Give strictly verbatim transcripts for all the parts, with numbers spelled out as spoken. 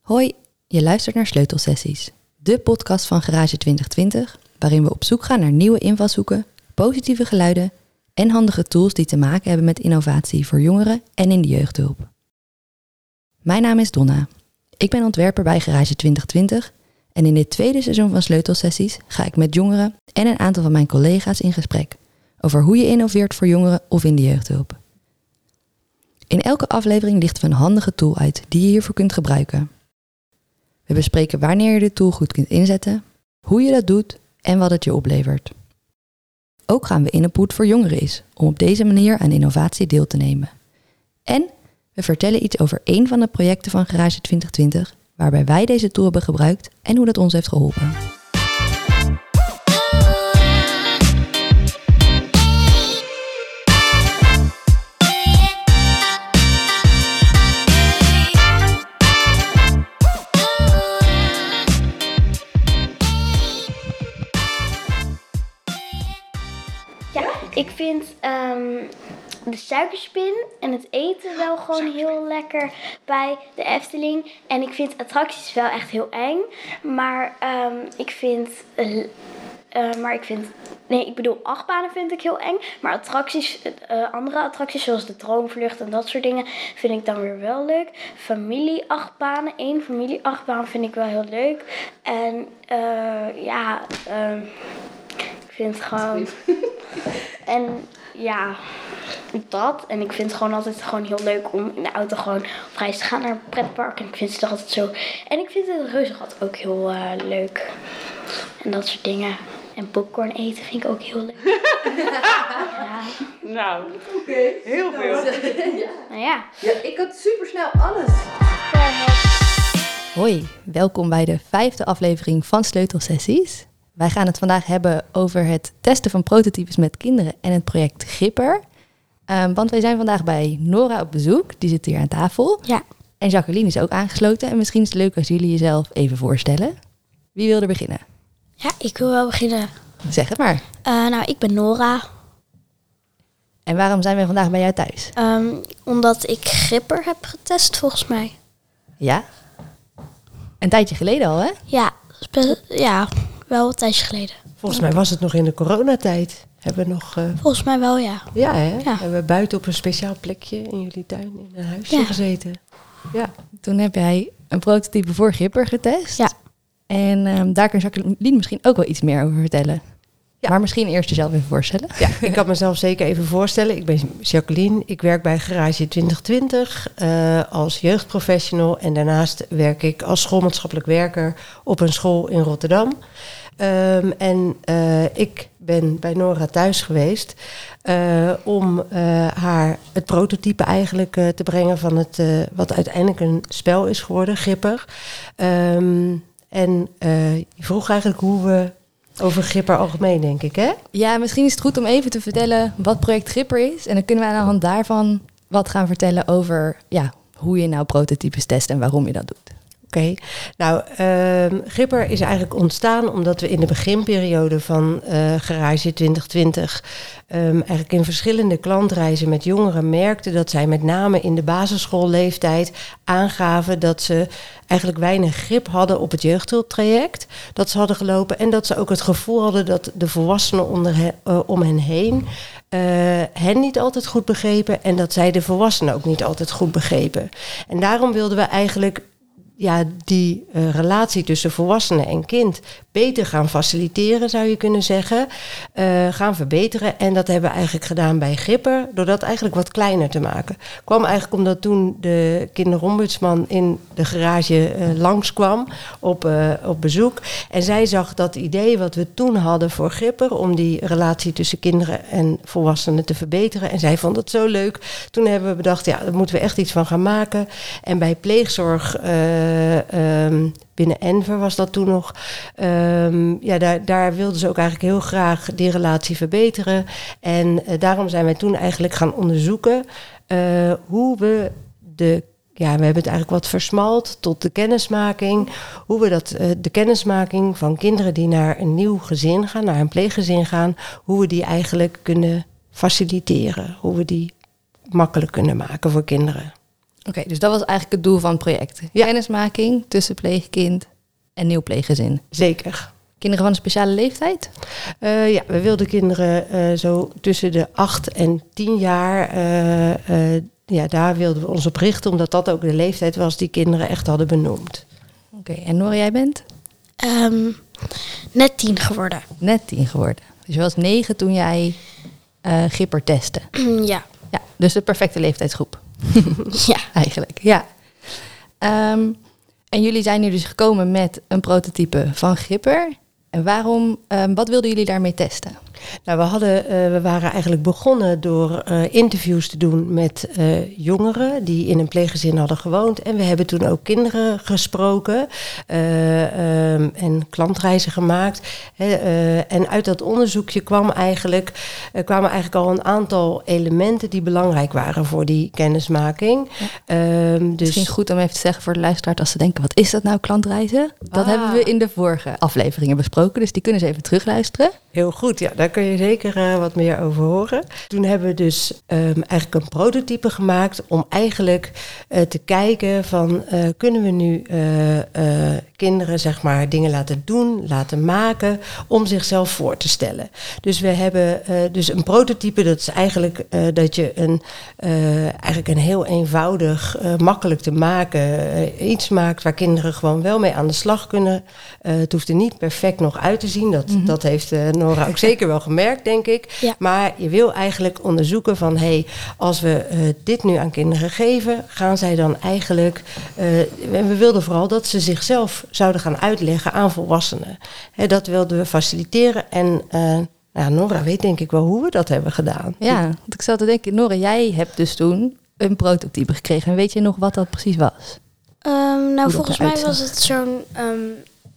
Hoi, je luistert naar Sleutelsessies, de podcast van Garage twintig twintig, waarin we op zoek gaan naar nieuwe invalshoeken, positieve geluiden en handige tools die te maken hebben met innovatie voor jongeren en in de jeugdhulp. Mijn naam is Donna. Ik ben ontwerper bij Garage twintig twintig en in dit tweede seizoen van Sleutelsessies ga ik met jongeren en een aantal van mijn collega's in gesprek over hoe je innoveert voor jongeren of in de jeugdhulp. In elke aflevering lichten we een handige tool uit die je hiervoor kunt gebruiken. We bespreken wanneer je de tool goed kunt inzetten, hoe je dat doet en wat het je oplevert. Ook gaan we in op hoe het voor jongeren is om op deze manier aan innovatie deel te nemen. En we vertellen iets over één van de projecten van Garage twintig twintig, waarbij wij deze tool hebben gebruikt en hoe dat ons heeft geholpen. Ik vind um, de suikerspin en het eten wel gewoon heel lekker bij de Efteling. En ik vind attracties wel echt heel eng. Maar um, ik vind... Uh, uh, maar ik vind... Nee, ik bedoel, achtbanen vind ik heel eng. Maar attracties, uh, andere attracties zoals de Droomvlucht en dat soort dingen vind ik dan weer wel leuk. Familie-achtbanen, één familie-achtbaan vind ik wel heel leuk. En uh, ja... Uh, ik vind het gewoon... En ja, dat. En ik vind het gewoon altijd gewoon heel leuk om in de auto gewoon op reis te gaan naar een pretpark. En ik vind het altijd zo... En ik vind het reuzenrad ook heel uh, leuk. En dat soort dingen. En popcorn eten vind ik ook heel leuk. Ja. Nou, oké. Okay. Heel veel. Ja. Nou ja. Ja, ik had supersnel alles. Hoi, welkom bij de vijfde aflevering van Sleutelsessies. Wij gaan het vandaag hebben over het testen van prototypes met kinderen en het project Gripper. Um, want wij zijn vandaag bij Nora op bezoek, die zit hier aan tafel. Ja. En Jacqueline is ook aangesloten. En misschien is het leuk als jullie jezelf even voorstellen. Wie wil er beginnen? Ja, ik wil wel beginnen. Zeg het maar. Uh, nou, ik ben Nora. En waarom zijn wij vandaag bij jou thuis? Um, omdat ik Gripper heb getest, volgens mij. Ja? Een tijdje geleden al, hè? Ja, best, ja wel een tijdje geleden. Volgens mij was het nog in de coronatijd. Hebben we nog... Uh... Volgens mij wel, ja. Ja, hè? Ja. Hebben we buiten op een speciaal plekje in jullie tuin in een huisje ja. gezeten. Ja. Toen heb jij een prototype voor Gripper getest. Ja. En um, daar kan Jacqueline misschien ook wel iets meer over vertellen. Ja. Maar misschien eerst jezelf even voorstellen. Ja, ik kan mezelf zeker even voorstellen. Ik ben Jacqueline. Ik werk bij Garage twintig twintig uh, als jeugdprofessional. En daarnaast werk ik als schoolmaatschappelijk werker op een school in Rotterdam. Um, en uh, ik ben bij Nora thuis geweest uh, om uh, haar het prototype eigenlijk uh, te brengen van het uh, wat uiteindelijk een spel is geworden, Gripper. Um, en uh, je vroeg eigenlijk hoe we over Gripper algemeen, denk ik, hè? Ja, misschien is het goed om even te vertellen wat project Gripper is. En dan kunnen we aan de hand daarvan wat gaan vertellen over ja, hoe je nou prototypes test en waarom je dat doet. Oké, okay. nou, uh, Gripper is eigenlijk ontstaan omdat we in de beginperiode van uh, Garage twintig twintig... Um, eigenlijk in verschillende klantreizen met jongeren merkten dat zij met name in de basisschoolleeftijd aangaven dat ze eigenlijk weinig grip hadden op het jeugdhulptraject dat ze hadden gelopen. En dat ze ook het gevoel hadden dat de volwassenen onder he, uh, om hen heen uh, hen niet altijd goed begrepen en dat zij de volwassenen ook niet altijd goed begrepen. En daarom wilden we eigenlijk ja, die uh, relatie tussen volwassenen en kind beter gaan faciliteren, zou je kunnen zeggen. Uh, gaan verbeteren. En dat hebben we eigenlijk gedaan bij Gripper, door dat eigenlijk wat kleiner te maken. Kwam eigenlijk omdat toen de kinderombudsman in de garage uh, langskwam op, uh, op bezoek. En zij zag dat idee wat we toen hadden voor Gripper, om die relatie tussen kinderen en volwassenen te verbeteren. En zij vond het zo leuk. Toen hebben we bedacht, ja, daar moeten we echt iets van gaan maken. En bij pleegzorg Uh, um, binnen Enver was dat toen nog. Um, ja, daar, daar wilden ze ook eigenlijk heel graag die relatie verbeteren. En uh, daarom zijn wij toen eigenlijk gaan onderzoeken uh, hoe we de... Ja, we hebben het eigenlijk wat versmalt tot de kennismaking. Hoe we dat, uh, de kennismaking van kinderen die naar een nieuw gezin gaan, naar een pleeggezin gaan, hoe we die eigenlijk kunnen faciliteren. Hoe we die makkelijk kunnen maken voor kinderen. Oké, dus dat was eigenlijk het doel van het project. Ja. Kennismaking tussen pleegkind en nieuw pleeggezin. Zeker. Kinderen van een speciale leeftijd? Uh, ja, we wilden kinderen uh, zo tussen de acht en tien jaar... Uh, uh, ja, daar wilden we ons op richten, omdat dat ook de leeftijd was die kinderen echt hadden benoemd. Oké, okay, en Nora, jij bent? Um, net tien geworden. Net tien geworden. Dus je was negen toen jij uh, Gipper testte. Ja. Ja, dus de perfecte leeftijdsgroep. Ja. Eigenlijk, ja. Um, en jullie zijn nu dus gekomen met een prototype van Gipper. En waarom, um, wat wilden jullie daarmee testen? Nou, we, hadden, uh, we waren eigenlijk begonnen door uh, interviews te doen met uh, jongeren die in een pleeggezin hadden gewoond. En we hebben toen ook kinderen gesproken uh, um, en klantreizen gemaakt. He, uh, en uit dat onderzoekje kwam eigenlijk, uh, kwamen eigenlijk al een aantal elementen die belangrijk waren voor die kennismaking. Ja. Um, dus Misschien goed om even te zeggen voor de luisteraar als ze denken, wat is dat nou, klantreizen? Dat ah. hebben we in de vorige afleveringen besproken, dus die kunnen ze even terugluisteren. Heel goed, ja, daar kun je zeker uh, wat meer over horen. Toen hebben we dus um, eigenlijk een prototype gemaakt om eigenlijk uh, te kijken van uh, kunnen we nu uh, uh, kinderen zeg maar dingen laten doen, laten maken om zichzelf voor te stellen. Dus we hebben uh, dus een prototype, dat is eigenlijk uh, dat je een uh, eigenlijk een heel eenvoudig, uh, makkelijk te maken uh, iets maakt waar kinderen gewoon wel mee aan de slag kunnen. Uh, het hoeft er niet perfect nog uit te zien, dat, mm-hmm. dat heeft uh, Nora ook zeker wel gemerkt, denk ik. Ja. Maar je wil eigenlijk onderzoeken van, hé, hey, als we uh, dit nu aan kinderen geven, gaan zij dan eigenlijk... Uh, en we wilden vooral dat ze zichzelf zouden gaan uitleggen aan volwassenen. He, dat wilden we faciliteren en... Uh, nou, Nora weet denk ik wel hoe we dat hebben gedaan. Ja, want ik zat te denken, Nora, jij hebt dus toen een prototype gekregen. En weet je nog wat dat precies was? Um, nou, volgens mij was het zo'n um,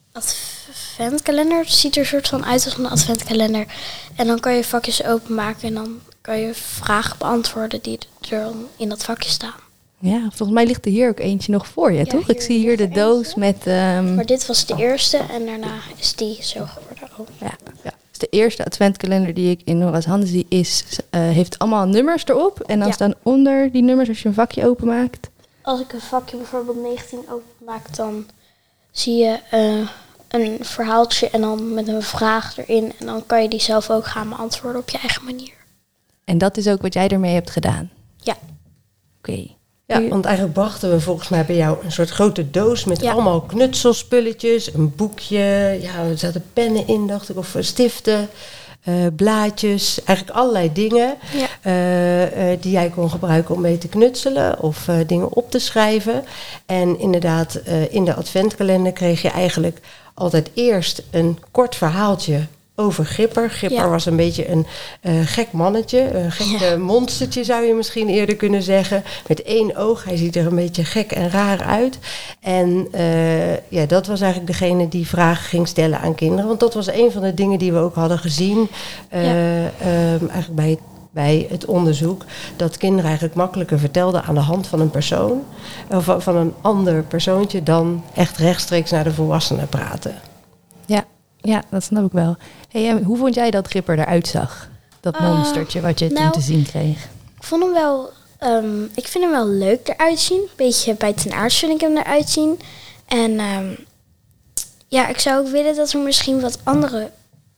adventkalender. Het ziet er soort van uit als een adventkalender. En dan kan je vakjes openmaken en dan kan je vragen beantwoorden die er dan in dat vakje staan. Ja, volgens mij ligt er hier ook eentje nog voor je, ja, toch? Ik zie hier de doos eentje. met... Um... Maar dit was de eerste en daarna is die zo geworden ook. Ja, ja. De eerste adventkalender die ik in Nora's handen zie, is, uh, heeft allemaal nummers erop. En dan ja. staan onder die nummers, als je een vakje openmaakt. Als ik een vakje bijvoorbeeld negentien openmaak, dan zie je uh, een verhaaltje en dan met een vraag erin. En dan kan je die zelf ook gaan beantwoorden op je eigen manier. En dat is ook wat jij ermee hebt gedaan? Ja. Oké. Okay. Ja, want eigenlijk brachten we volgens mij bij jou een soort grote doos met ja. allemaal knutselspulletjes, een boekje, ja, er zaten pennen in, dacht ik, of stiften, uh, blaadjes, eigenlijk allerlei dingen ja. uh, uh, die jij kon gebruiken om mee te knutselen of uh, dingen op te schrijven. En inderdaad, uh, in de adventkalender kreeg je eigenlijk altijd eerst een kort verhaaltje over Gipper. Gipper ja. was een beetje een uh, gek mannetje. Een gek ja. monstertje zou je misschien eerder kunnen zeggen. Met één oog. Hij ziet er een beetje gek en raar uit. En uh, ja, dat was eigenlijk degene die vragen ging stellen aan kinderen. Want dat was een van de dingen die we ook hadden gezien. Uh, ja. uh, eigenlijk bij het bij het onderzoek, dat kinderen eigenlijk makkelijker vertelden aan de hand van een persoon, of van een ander persoontje, dan echt rechtstreeks naar de volwassenen praten. Ja, ja, dat snap ik wel. Hey, en hoe vond jij dat Gipper eruit zag? Dat monstertje wat je uh, nou, toen te zien kreeg. Ik vond hem wel, um, ik vind hem wel leuk eruit zien. Beetje bij Ten Aards vind ik hem eruit zien. En um, ja, ik zou ook willen dat er misschien wat andere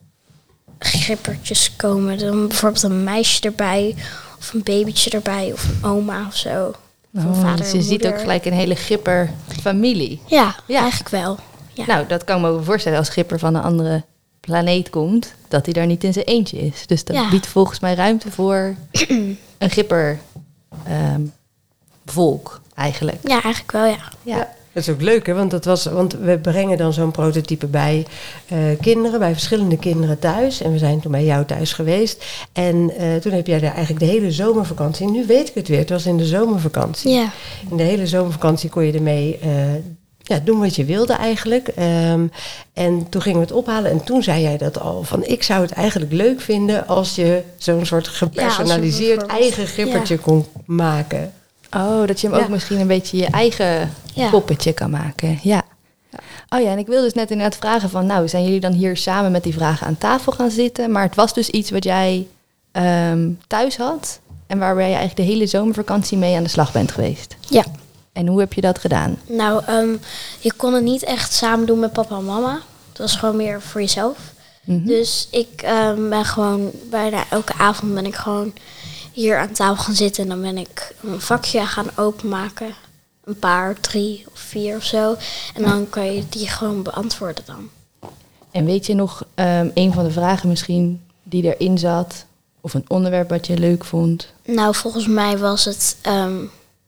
Gippertjes komen. Dan bijvoorbeeld een meisje erbij, of een babytje erbij, of een oma of zo. Oh, of vader dus je ziet ook gelijk een hele Gipper-familie. Ja, ja, eigenlijk wel. Ja. Nou, dat kan ik me ook voorstellen als Gipper van een andere planeet komt, dat hij daar niet in zijn eentje is. Dus dat ja. biedt volgens mij ruimte voor een Gipper um, volk eigenlijk. Ja, eigenlijk wel, ja. ja. ja. Dat is ook leuk, hè? Want, dat was, want we brengen dan zo'n prototype bij uh, kinderen, bij verschillende kinderen thuis. En we zijn toen bij jou thuis geweest. En uh, toen heb jij daar eigenlijk de hele zomervakantie, nu weet ik het weer, het was in de zomervakantie. Ja. In de hele zomervakantie kon je ermee uh, ja, doen wat je wilde eigenlijk. Um, en toen gingen we het ophalen en toen zei jij dat al. Van ik zou het eigenlijk leuk vinden als je zo'n soort gepersonaliseerd ja, eigen Gippertje ja. kon maken. Oh, dat je hem ja. ook misschien een beetje je eigen ja. poppetje kan maken. Ja. ja. Oh ja, en ik wilde dus net inderdaad vragen van, nou, zijn jullie dan hier samen met die vragen aan tafel gaan zitten? Maar het was dus iets wat jij um, thuis had en waarbij je eigenlijk de hele zomervakantie mee aan de slag bent geweest. Ja. En hoe heb je dat gedaan? Nou, um, je kon het niet echt samen doen met papa en mama. Het was gewoon meer voor jezelf. Mm-hmm. Dus ik um, ben gewoon bijna elke avond ben ik gewoon hier aan tafel gaan zitten. En dan ben ik een vakje gaan openmaken. Een paar, drie of vier of zo. En dan kan je die gewoon beantwoorden dan. En weet je nog um, een van de vragen misschien die erin zat? Of een onderwerp wat je leuk vond? Nou, volgens mij was het um,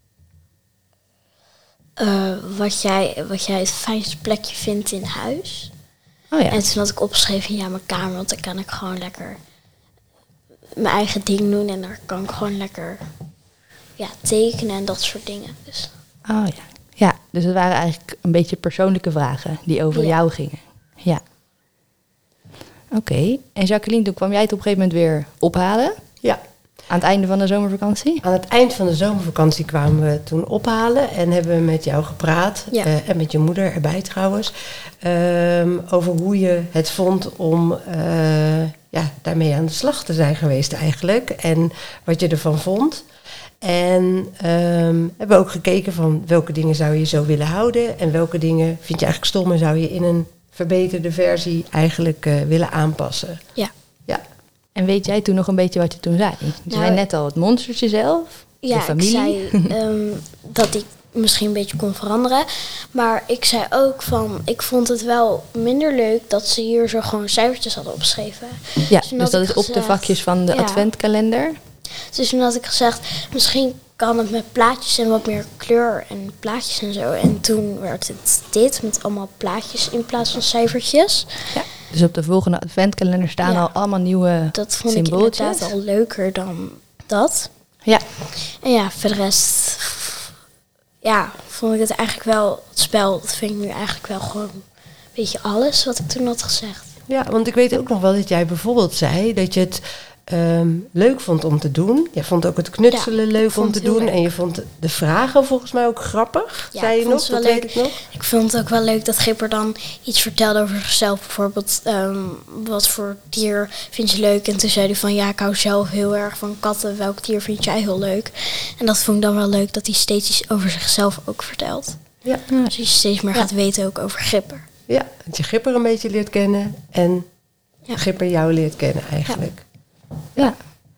uh, wat, jij, wat jij het fijnste plekje vindt in huis. Oh ja. En toen had ik opgeschreven, ja, mijn kamer, want dan kan ik gewoon lekker mijn eigen ding doen. En daar kan ik gewoon lekker ja, tekenen en dat soort dingen. Dus. Oh ja. Ja, dus het waren eigenlijk een beetje persoonlijke vragen die over ja. jou gingen. Ja. Oké. Okay. En Jacqueline, toen kwam jij het op een gegeven moment weer ophalen? Ja. Aan het einde van de zomervakantie? Aan het eind van de zomervakantie kwamen we toen ophalen en hebben we met jou gepraat. Ja. Uh, en met je moeder erbij trouwens. Um, over hoe je het vond om uh, ja, daarmee aan de slag te zijn geweest eigenlijk. En wat je ervan vond. En um, hebben we ook gekeken van welke dingen zou je zo willen houden. En welke dingen vind je eigenlijk stom en zou je in een verbeterde versie eigenlijk uh, willen aanpassen. Ja. Ja. En weet jij toen nog een beetje wat je toen zei? Je nou, zei net al het monstertje zelf, ja, de familie. Ik zei um, dat ik misschien een beetje kon veranderen. Maar ik zei ook van, ik vond het wel minder leuk dat ze hier zo gewoon cijfertjes hadden opgeschreven. Ja, dus, dus dat is gezegd, op de vakjes van de ja. adventkalender. Dus toen had ik gezegd, misschien kan het met plaatjes en wat meer kleur en plaatjes en zo. En toen werd het dit met allemaal plaatjes in plaats van cijfertjes. Ja. Dus op de volgende adventkalender staan ja. al allemaal nieuwe dat vond symbooltjes. Ik inderdaad al leuker dan dat. Ja. En ja, voor de rest ja, vond ik het eigenlijk wel, het spel, dat vind ik nu eigenlijk wel gewoon een beetje alles wat ik toen had gezegd. Ja, want ik weet ook nog wel dat jij bijvoorbeeld zei dat je het Um, leuk vond om te doen. Jij vond ook het knutselen ja, leuk om te doen. Leuk. En je vond de vragen volgens mij ook grappig. Ja, zei je nog? Dat weet ik nog. Ik vond het ook wel leuk dat Gipper dan iets vertelde over zichzelf. Bijvoorbeeld, um, wat voor dier vind je leuk? En toen zei hij van, ja, ik hou zelf heel erg van katten. Welk dier vind jij heel leuk? En dat vond ik dan wel leuk, dat hij steeds iets over zichzelf ook vertelt. Ja. Dus je steeds meer ja. gaat weten ook over Gipper. Ja, dat je Gipper een beetje leert kennen. En ja. Gipper jou leert kennen eigenlijk. Ja. Ja.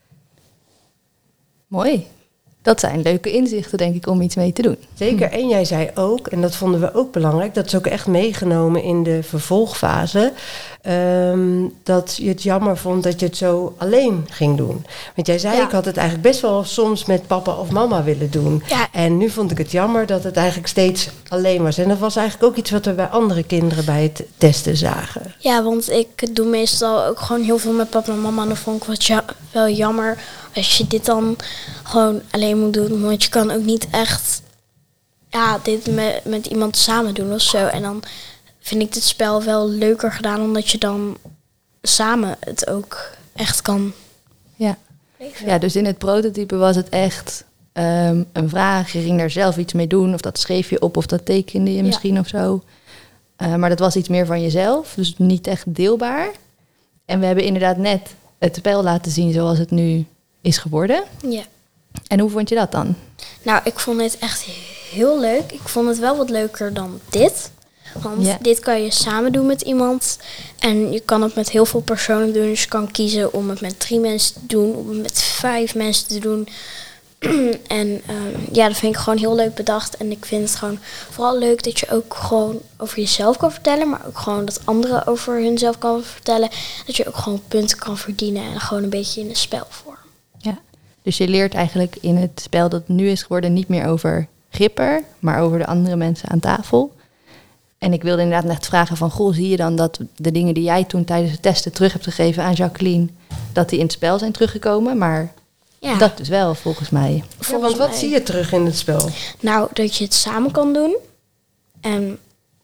Mooi. Dat zijn leuke inzichten, denk ik, om iets mee te doen. Zeker. En jij zei ook, en dat vonden we ook belangrijk, dat is ook echt meegenomen in de vervolgfase, um, dat je het jammer vond dat je het zo alleen ging doen. Want jij zei, ja. ik had het eigenlijk best wel soms met papa of mama willen doen. Ja. En nu vond ik het jammer dat het eigenlijk steeds alleen was. En dat was eigenlijk ook iets wat we bij andere kinderen bij het testen zagen. Ja, want ik doe meestal ook gewoon heel veel met papa en mama. En dan vond ik het ja, wel jammer als je dit dan gewoon alleen moet doen. Want je kan ook niet echt ja, dit met, met iemand samen doen of zo. En dan vind ik dit spel wel leuker gedaan, omdat je dan samen het ook echt kan ja. leven. Ja, dus in het prototype was het echt um, een vraag. Je ging daar zelf iets mee doen. Of dat schreef je op of dat tekende je misschien ja. of zo. Uh, maar dat was iets meer van jezelf. Dus niet echt deelbaar. En we hebben inderdaad net het spel laten zien zoals het nu is geworden. Ja. En hoe vond je dat dan? Nou, ik vond het echt heel leuk. Ik vond het wel wat leuker dan dit. Want yeah. dit kan je samen doen met iemand. En je kan het met heel veel personen doen. Dus je kan kiezen om het met drie mensen te doen. Om het met vijf mensen te doen. En um, ja, dat vind ik gewoon heel leuk bedacht. En ik vind het gewoon vooral leuk dat je ook gewoon over jezelf kan vertellen. Maar ook gewoon dat anderen over hunzelf kan vertellen. Dat je ook gewoon punten kan verdienen. En gewoon een beetje in een spelvorm. Ja, dus je leert eigenlijk in het spel dat nu is geworden niet meer over Gipper. Maar over de andere mensen aan tafel. En ik wilde inderdaad net vragen van, goh, zie je dan dat de dingen die jij toen tijdens het testen terug hebt gegeven aan Jacqueline, dat die in het spel zijn teruggekomen? Maar ja. dat dus wel, volgens mij. Ja, want wat mij. zie je terug in het spel? Nou, dat je het samen kan doen. En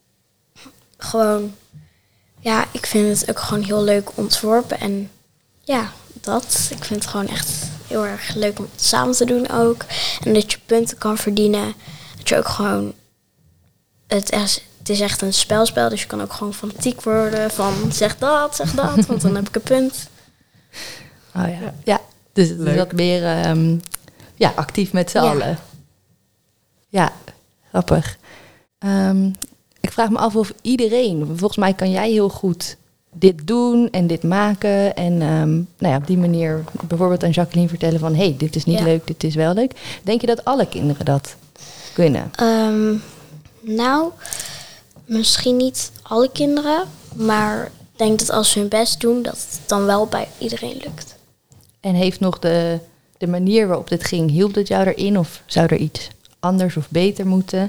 gewoon, ja, ik vind het ook gewoon heel leuk ontworpen. En ja, dat. Ik vind het gewoon echt heel erg leuk om het samen te doen ook. En dat je punten kan verdienen. Dat je ook gewoon, het is, het is echt een spelspel, dus je kan ook gewoon fanatiek worden van zeg dat, zeg dat, want dan heb ik een punt. Oh ja, ja. ja. Dus het is wat meer um, ja, actief met z'n ja. allen. Ja, grappig. Um, ik vraag me af of iedereen, volgens mij kan jij heel goed dit doen en dit maken. En um, nou ja, op die manier bijvoorbeeld aan Jacqueline vertellen van, hé, hey, dit is niet ja. leuk, dit is wel leuk. Denk je dat alle kinderen dat kunnen? Um, nou, misschien niet alle kinderen, maar ik denk dat als ze hun best doen, dat het dan wel bij iedereen lukt. En heeft nog de, de manier waarop dit ging, hielp het jou erin of zou er iets anders of beter moeten?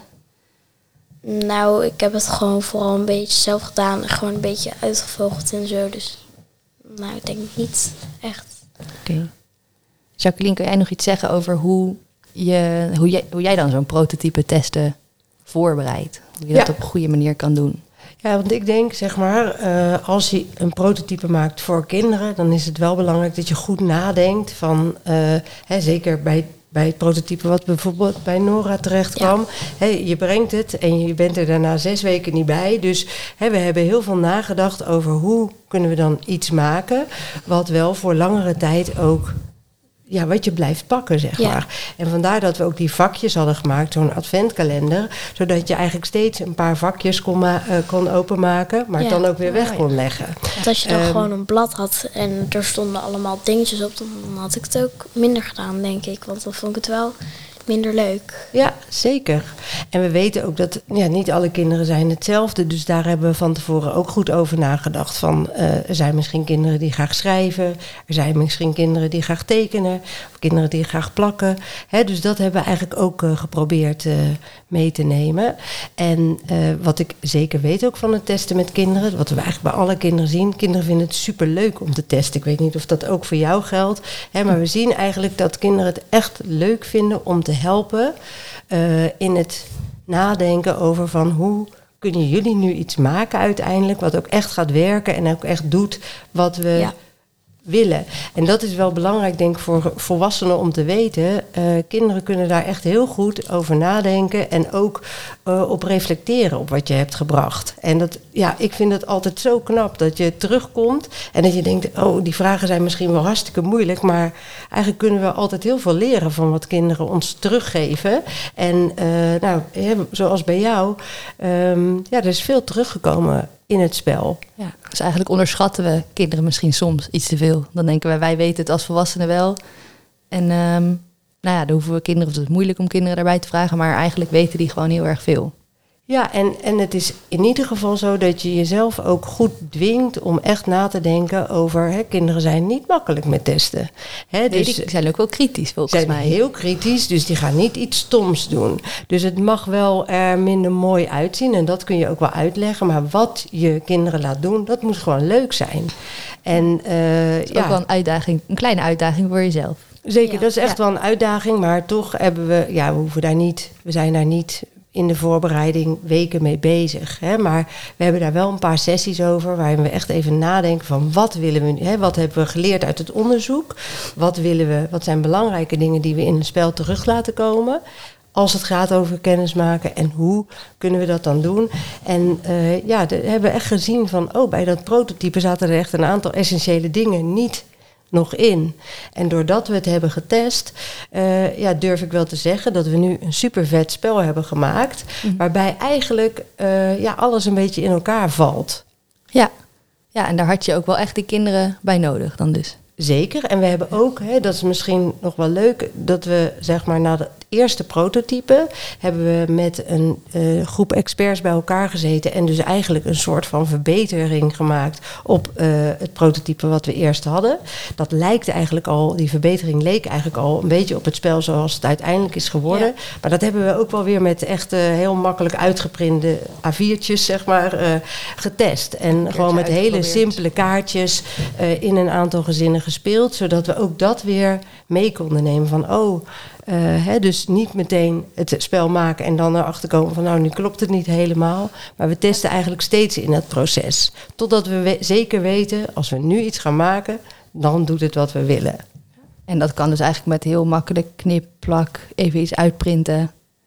Nou, ik heb het gewoon vooral een beetje zelf gedaan en gewoon een beetje uitgevogeld en zo. Dus nou, ik denk niet echt. Oké. Okay. Jacqueline, kan jij nog iets zeggen over hoe, je, hoe, jij, hoe jij dan zo'n prototype testen voorbereidt? Hoe je ja. dat op een goede manier kan doen? Ja, want ik denk, zeg maar, uh, als je een prototype maakt voor kinderen, dan is het wel belangrijk dat je goed nadenkt van, uh, hè, zeker bij Bij het prototype wat bijvoorbeeld bij Nora terecht kwam. Ja. Hey, je brengt het en je bent er daarna zes weken niet bij. Dus hey, we hebben heel veel nagedacht over hoe kunnen we dan iets maken wat wel voor langere tijd ook, ja, wat je blijft pakken, zeg ja. maar. En vandaar dat we ook die vakjes hadden gemaakt, zo'n adventkalender, zodat je eigenlijk steeds een paar vakjes kon, ma- uh, kon openmaken, maar ja. het dan ook weer weg ja. kon leggen. Want als je dan um, gewoon een blad had en er stonden allemaal dingetjes op, dan had ik het ook minder gedaan, denk ik. Want dan vond ik het wel minder leuk. Ja, zeker. En we weten ook dat ja, niet alle kinderen zijn hetzelfde. Dus daar hebben we van tevoren ook goed over nagedacht. Van, uh, er zijn misschien kinderen die graag schrijven. Er zijn misschien kinderen die graag tekenen. Of kinderen die graag plakken. Hè, dus dat hebben we eigenlijk ook uh, geprobeerd uh, mee te nemen. En uh, wat ik zeker weet ook van het testen met kinderen. Wat we eigenlijk bij alle kinderen zien. Kinderen vinden het superleuk om te testen. Ik weet niet of dat ook voor jou geldt. Hè, maar we zien eigenlijk dat kinderen het echt leuk vinden om te helpen uh, in het nadenken over van hoe kunnen jullie nu iets maken uiteindelijk wat ook echt gaat werken en ook echt doet wat we ja. willen. En dat is wel belangrijk, denk ik, voor volwassenen om te weten. Uh, kinderen kunnen daar echt heel goed over nadenken en ook uh, op reflecteren op wat je hebt gebracht. En dat, ja, ik vind het altijd zo knap dat je terugkomt en dat je denkt, oh, die vragen zijn misschien wel hartstikke moeilijk, maar eigenlijk kunnen we altijd heel veel leren van wat kinderen ons teruggeven. En uh, nou, zoals bij jou, um, ja, er is veel teruggekomen in het spel. Ja, dus eigenlijk onderschatten we kinderen misschien soms iets te veel. Dan denken wij, wij weten het als volwassenen wel. En um, nou ja, dan hoeven we kinderen, of het is moeilijk om kinderen daarbij te vragen, maar eigenlijk weten die gewoon heel erg veel. Ja, en, en het is in ieder geval zo dat je jezelf ook goed dwingt om echt na te denken over, hè, kinderen zijn niet makkelijk met testen. Hè, nee, dus die zijn ook wel kritisch volgens zijn mij. Zijn heel kritisch, dus die gaan niet iets stoms doen. Dus het mag wel er minder mooi uitzien en dat kun je ook wel uitleggen. Maar wat je kinderen laat doen, dat moet gewoon leuk zijn. En uh, het is ja, ook wel een uitdaging, een kleine uitdaging voor jezelf. Zeker, ja. dat is echt ja. wel een uitdaging, maar toch hebben we, ja, we hoeven daar niet, we zijn daar niet in de voorbereiding weken mee bezig. Hè? Maar we hebben daar wel een paar sessies over, waarin we echt even nadenken van wat willen we nu, hè? Wat hebben we geleerd uit het onderzoek? Wat willen we, wat zijn belangrijke dingen die we in het spel terug laten komen? Als het gaat over kennismaken en hoe kunnen we dat dan doen? En uh, ja, de, hebben we echt gezien van, oh, bij dat prototype zaten er echt een aantal essentiële dingen niet nog in. En doordat we het hebben getest, uh, ja, durf ik wel te zeggen dat we nu een super vet spel hebben gemaakt, mm. waarbij eigenlijk uh, ja, alles een beetje in elkaar valt. Ja. ja, en daar had je ook wel echt die kinderen bij nodig dan dus. Zeker. En we hebben ook, hè, dat is misschien nog wel leuk, dat we zeg maar na het eerste prototype hebben we met een uh, groep experts bij elkaar gezeten en dus eigenlijk een soort van verbetering gemaakt op uh, het prototype wat we eerst hadden. Dat lijkt eigenlijk al, die verbetering leek eigenlijk al een beetje op het spel zoals het uiteindelijk is geworden. Ja. Maar dat hebben we ook wel weer met echt uh, heel makkelijk uitgeprinte A viertjes zeg maar uh, getest. En gewoon met hele simpele kaartjes uh, in een aantal gezinnen gespeeld, zodat we ook dat weer mee konden nemen van oh, uh, hè, dus niet meteen het spel maken en dan erachter komen van nou, nu klopt het niet helemaal. Maar we testen eigenlijk steeds in het proces. Totdat we we- zeker weten, als we nu iets gaan maken, dan doet het wat we willen. En dat kan dus eigenlijk met heel makkelijk knip, plak, even iets uitprinten.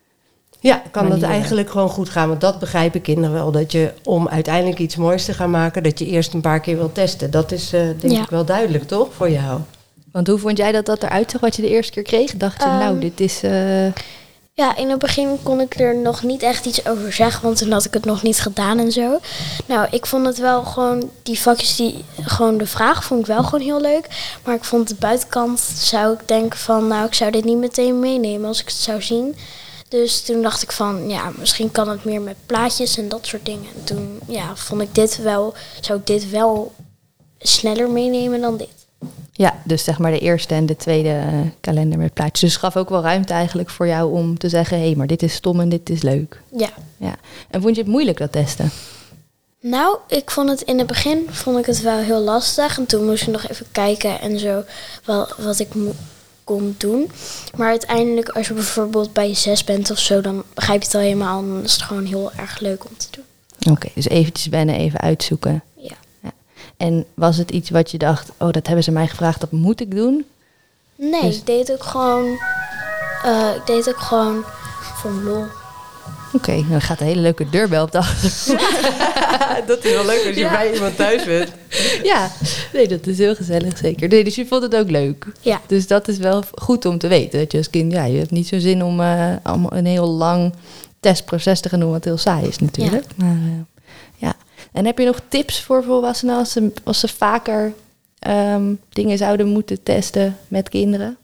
Ja, kan dat eigenlijk gewoon goed gaan. Want dat begrijpen kinderen wel. Dat je om uiteindelijk iets moois te gaan maken, dat je eerst een paar keer wil testen. Dat is uh, denk ja. ik wel duidelijk, toch? Voor jou. Want hoe vond jij dat dat eruit zag wat je de eerste keer kreeg? Dacht je, um, nou, dit is... Uh... Ja, in het begin kon ik er nog niet echt iets over zeggen, want toen had ik het nog niet gedaan en zo. Nou, ik vond het wel gewoon, die vakjes, die, gewoon de vraag vond ik wel gewoon heel leuk. Maar ik vond de buitenkant, zou ik denken van, nou, ik zou dit niet meteen meenemen als ik het zou zien. Dus toen dacht ik van, ja, misschien kan het meer met plaatjes en dat soort dingen. En toen, ja, vond ik dit wel, zou ik dit wel sneller meenemen dan dit. Ja, dus zeg maar de eerste en de tweede uh, kalender met plaatjes. Dus het gaf ook wel ruimte eigenlijk voor jou om te zeggen, hé, hey, maar dit is stom en dit is leuk. Ja. Ja. En vond je het moeilijk, dat testen? Nou, ik vond het in het begin vond ik het wel heel lastig. En toen moest ik nog even kijken en zo wel, wat ik mo- kon doen. Maar uiteindelijk, als je bijvoorbeeld bij je zes bent of zo, dan begrijp je het al helemaal. En dan is het gewoon heel erg leuk om te doen. Oké, okay, dus eventjes wennen, even uitzoeken. Ja. Ja. En was het iets wat je dacht, oh, dat hebben ze mij gevraagd, dat moet ik doen? Nee, dus... ik deed ook gewoon, uh, ik deed ook gewoon voor lol. Oké, okay, dan gaat een hele leuke deurbel op de achtergrond. Dat is wel leuk als je ja. bij iemand thuis bent. Ja, nee, dat is heel gezellig, zeker. Nee, dus je vond het ook leuk. Ja. Dus dat is wel goed om te weten. Dat je als kind, ja, je hebt niet zo'n zin om uh, allemaal een heel lang testproces te gaan doen, wat heel saai is natuurlijk. Ja. Maar uh, ja. En heb je nog tips voor volwassenen als ze, als ze vaker um, dingen zouden moeten testen met kinderen?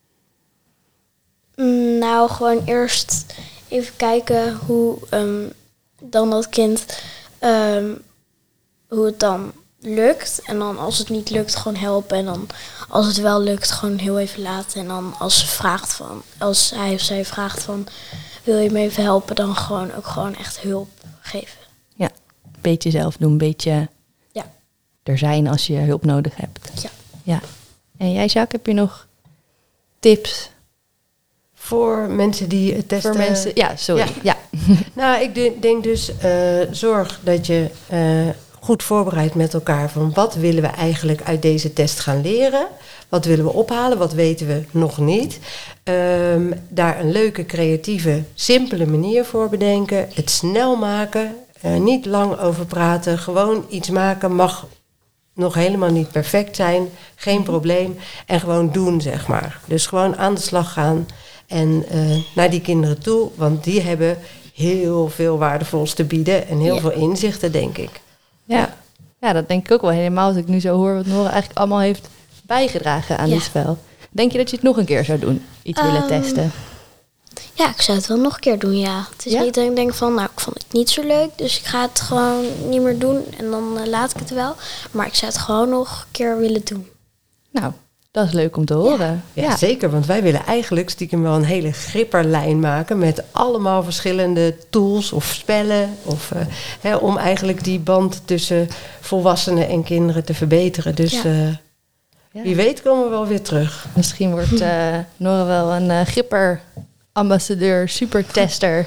Nou, gewoon eerst even kijken hoe um, dan dat kind, um, hoe het dan lukt. En dan als het niet lukt, gewoon helpen. En dan als het wel lukt, gewoon heel even laten. En dan als ze vraagt van, als hij of zij vraagt van, wil je me even helpen? Dan gewoon ook gewoon echt hulp geven. Ja, een beetje zelf doen, een beetje ja. er zijn als je hulp nodig hebt. Ja. Ja. En jij, Jacques, heb je nog tips? Voor mensen die het testen... Voor mensen, ja, sorry. Ja. Ja. Nou, ik de, denk dus, uh, zorg dat je uh, goed voorbereidt met elkaar van wat willen we eigenlijk uit deze test gaan leren? Wat willen we ophalen? Wat weten we nog niet? Um, daar een leuke, creatieve, simpele manier voor bedenken. Het snel maken, uh, niet lang over praten. Gewoon iets maken mag nog helemaal niet perfect zijn. Geen probleem. En gewoon doen, zeg maar. Dus gewoon aan de slag gaan. En uh, naar die kinderen toe, want die hebben heel veel waardevols te bieden en heel ja. veel inzichten, denk ik. Ja. ja, dat denk ik ook wel helemaal als ik nu zo hoor wat Nora eigenlijk allemaal heeft bijgedragen aan ja. dit spel. Denk je dat je het nog een keer zou doen? Iets um, willen testen? Ja, ik zou het wel nog een keer doen, ja. Het is ja? niet dat ik denk van, nou, ik vond het niet zo leuk, dus ik ga het gewoon niet meer doen en dan uh, laat ik het wel. Maar ik zou het gewoon nog een keer willen doen. Nou, dat is leuk om te horen. Ja, ja, zeker, want wij willen eigenlijk stiekem wel een hele gripperlijn maken met allemaal verschillende tools of spellen. Of, uh, hè, om eigenlijk die band tussen volwassenen en kinderen te verbeteren. Dus ja. uh, ja. wie weet komen we wel weer terug. Misschien wordt uh, Nora wel een uh, gripper-ambassadeur, supertester.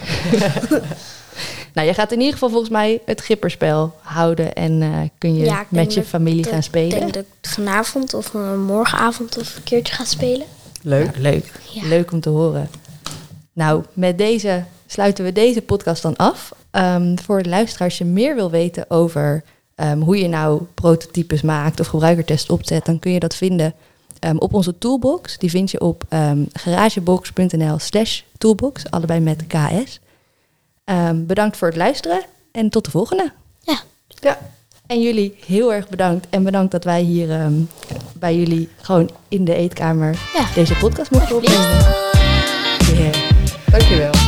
Nou, je gaat in ieder geval volgens mij het gripperspel houden en uh, kun je ja, met je familie gaan spelen. Ik denk dat ik vanavond of uh, morgenavond of een keertje ga spelen. Leuk, ja, leuk. Ja. Leuk om te horen. Nou, met deze sluiten we deze podcast dan af. Um, voor de luisteraars, als je meer wil weten over um, hoe je nou prototypes maakt of gebruikertests opzet, dan kun je dat vinden um, op onze toolbox. Die vind je op um, garagebox.nl slash toolbox, allebei met K S. Um, bedankt voor het luisteren en tot de volgende. Ja. ja. En jullie heel erg bedankt. En bedankt dat wij hier um, bij jullie gewoon in de eetkamer ja. deze podcast mochten opnemen. Yeah. Dankjewel.